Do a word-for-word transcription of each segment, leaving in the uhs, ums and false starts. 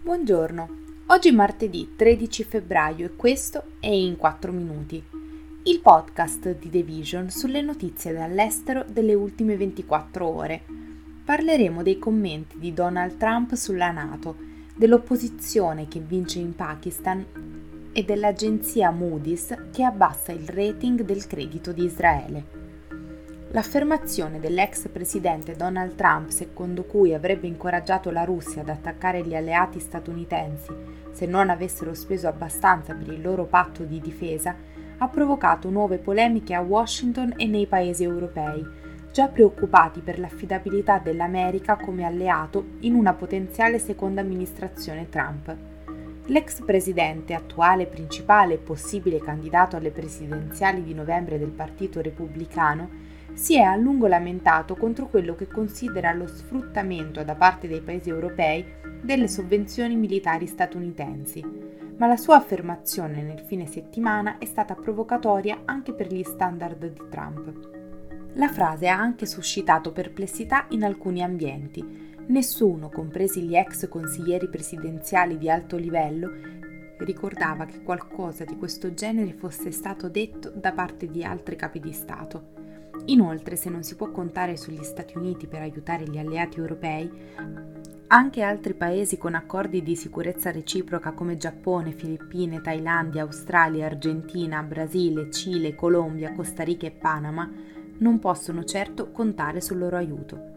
Buongiorno, oggi è martedì tredici febbraio e questo è In quattro minuti, il podcast di The Vision sulle notizie dall'estero delle ultime ventiquattro ore. Parleremo dei commenti di Donald Trump sulla NATO, dell'opposizione che vince in Pakistan e dell'agenzia Moody's che abbassa il rating del credito di Israele. L'affermazione dell'ex presidente Donald Trump, secondo cui avrebbe incoraggiato la Russia ad attaccare gli alleati statunitensi se non avessero speso abbastanza per il loro patto di difesa, ha provocato nuove polemiche a Washington e nei paesi europei, già preoccupati per l'affidabilità dell'America come alleato in una potenziale seconda amministrazione Trump. L'ex presidente, attuale principale e possibile candidato alle presidenziali di novembre del Partito Repubblicano, si è a lungo lamentato contro quello che considera lo sfruttamento da parte dei paesi europei delle sovvenzioni militari statunitensi, ma la sua affermazione nel fine settimana è stata provocatoria anche per gli standard di Trump. La frase ha anche suscitato perplessità in alcuni ambienti. Nessuno, compresi gli ex consiglieri presidenziali di alto livello, ricordava che qualcosa di questo genere fosse stato detto da parte di altri capi di Stato. Inoltre, se non si può contare sugli Stati Uniti per aiutare gli alleati europei, anche altri paesi con accordi di sicurezza reciproca come Giappone, Filippine, Thailandia, Australia, Argentina, Brasile, Cile, Colombia, Costa Rica e Panama non possono certo contare sul loro aiuto.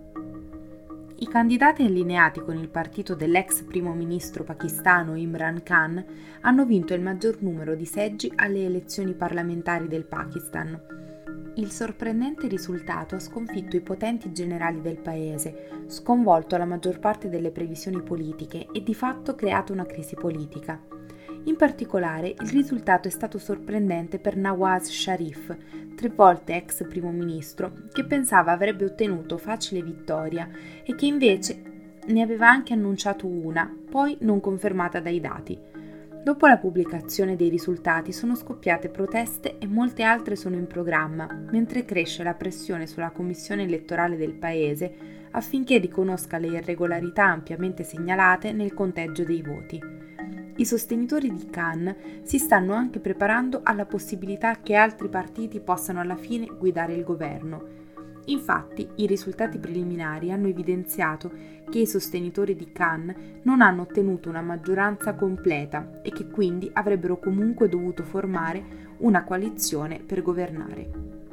I candidati allineati con il partito dell'ex primo ministro pakistano Imran Khan hanno vinto il maggior numero di seggi alle elezioni parlamentari del Pakistan. Il sorprendente risultato ha sconfitto i potenti generali del paese, sconvolto la maggior parte delle previsioni politiche e di fatto creato una crisi politica. In particolare, il risultato è stato sorprendente per Nawaz Sharif, tre volte ex primo ministro, che pensava avrebbe ottenuto facile vittoria e che invece ne aveva anche annunciato una, poi non confermata dai dati. Dopo la pubblicazione dei risultati sono scoppiate proteste e molte altre sono in programma, mentre cresce la pressione sulla commissione elettorale del paese affinché riconosca le irregolarità ampiamente segnalate nel conteggio dei voti. I sostenitori di Khan si stanno anche preparando alla possibilità che altri partiti possano alla fine guidare il governo. Infatti, i risultati preliminari hanno evidenziato che i sostenitori di Khan non hanno ottenuto una maggioranza completa e che quindi avrebbero comunque dovuto formare una coalizione per governare.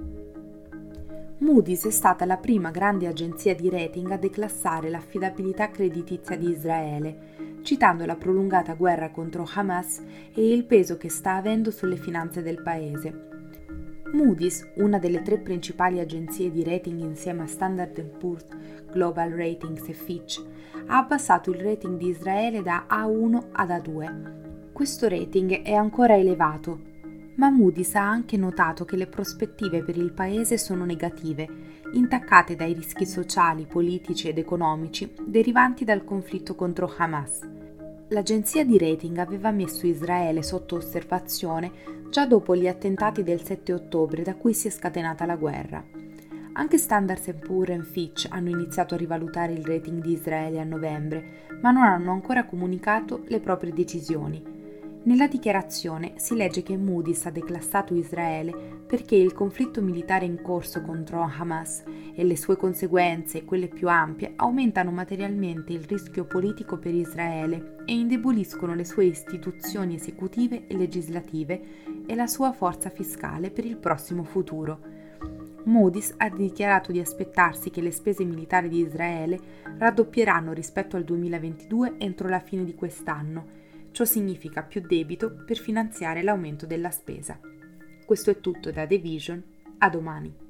Moody's è stata la prima grande agenzia di rating a declassare l'affidabilità creditizia di Israele, citando la prolungata guerra contro Hamas e il peso che sta avendo sulle finanze del paese. Moody's, una delle tre principali agenzie di rating insieme a Standard and Poor's, Global Ratings e Fitch, ha abbassato il rating di Israele da A uno ad A due. Questo rating è ancora elevato, ma Moody's ha anche notato che le prospettive per il paese sono negative, intaccate dai rischi sociali, politici ed economici derivanti dal conflitto contro Hamas. L'agenzia di rating aveva messo Israele sotto osservazione già dopo gli attentati del sette ottobre da cui si è scatenata la guerra. Anche Standard and Poor's e Fitch hanno iniziato a rivalutare il rating di Israele a novembre, ma non hanno ancora comunicato le proprie decisioni. Nella dichiarazione si legge che Moody's ha declassato Israele perché il conflitto militare in corso contro Hamas e le sue conseguenze, quelle più ampie, aumentano materialmente il rischio politico per Israele e indeboliscono le sue istituzioni esecutive e legislative e la sua forza fiscale per il prossimo futuro. Moody's ha dichiarato di aspettarsi che le spese militari di Israele raddoppieranno rispetto al duemilaventidue entro la fine di quest'anno. Ciò significa più debito per finanziare l'aumento della spesa. Questo è tutto da The Vision, a domani.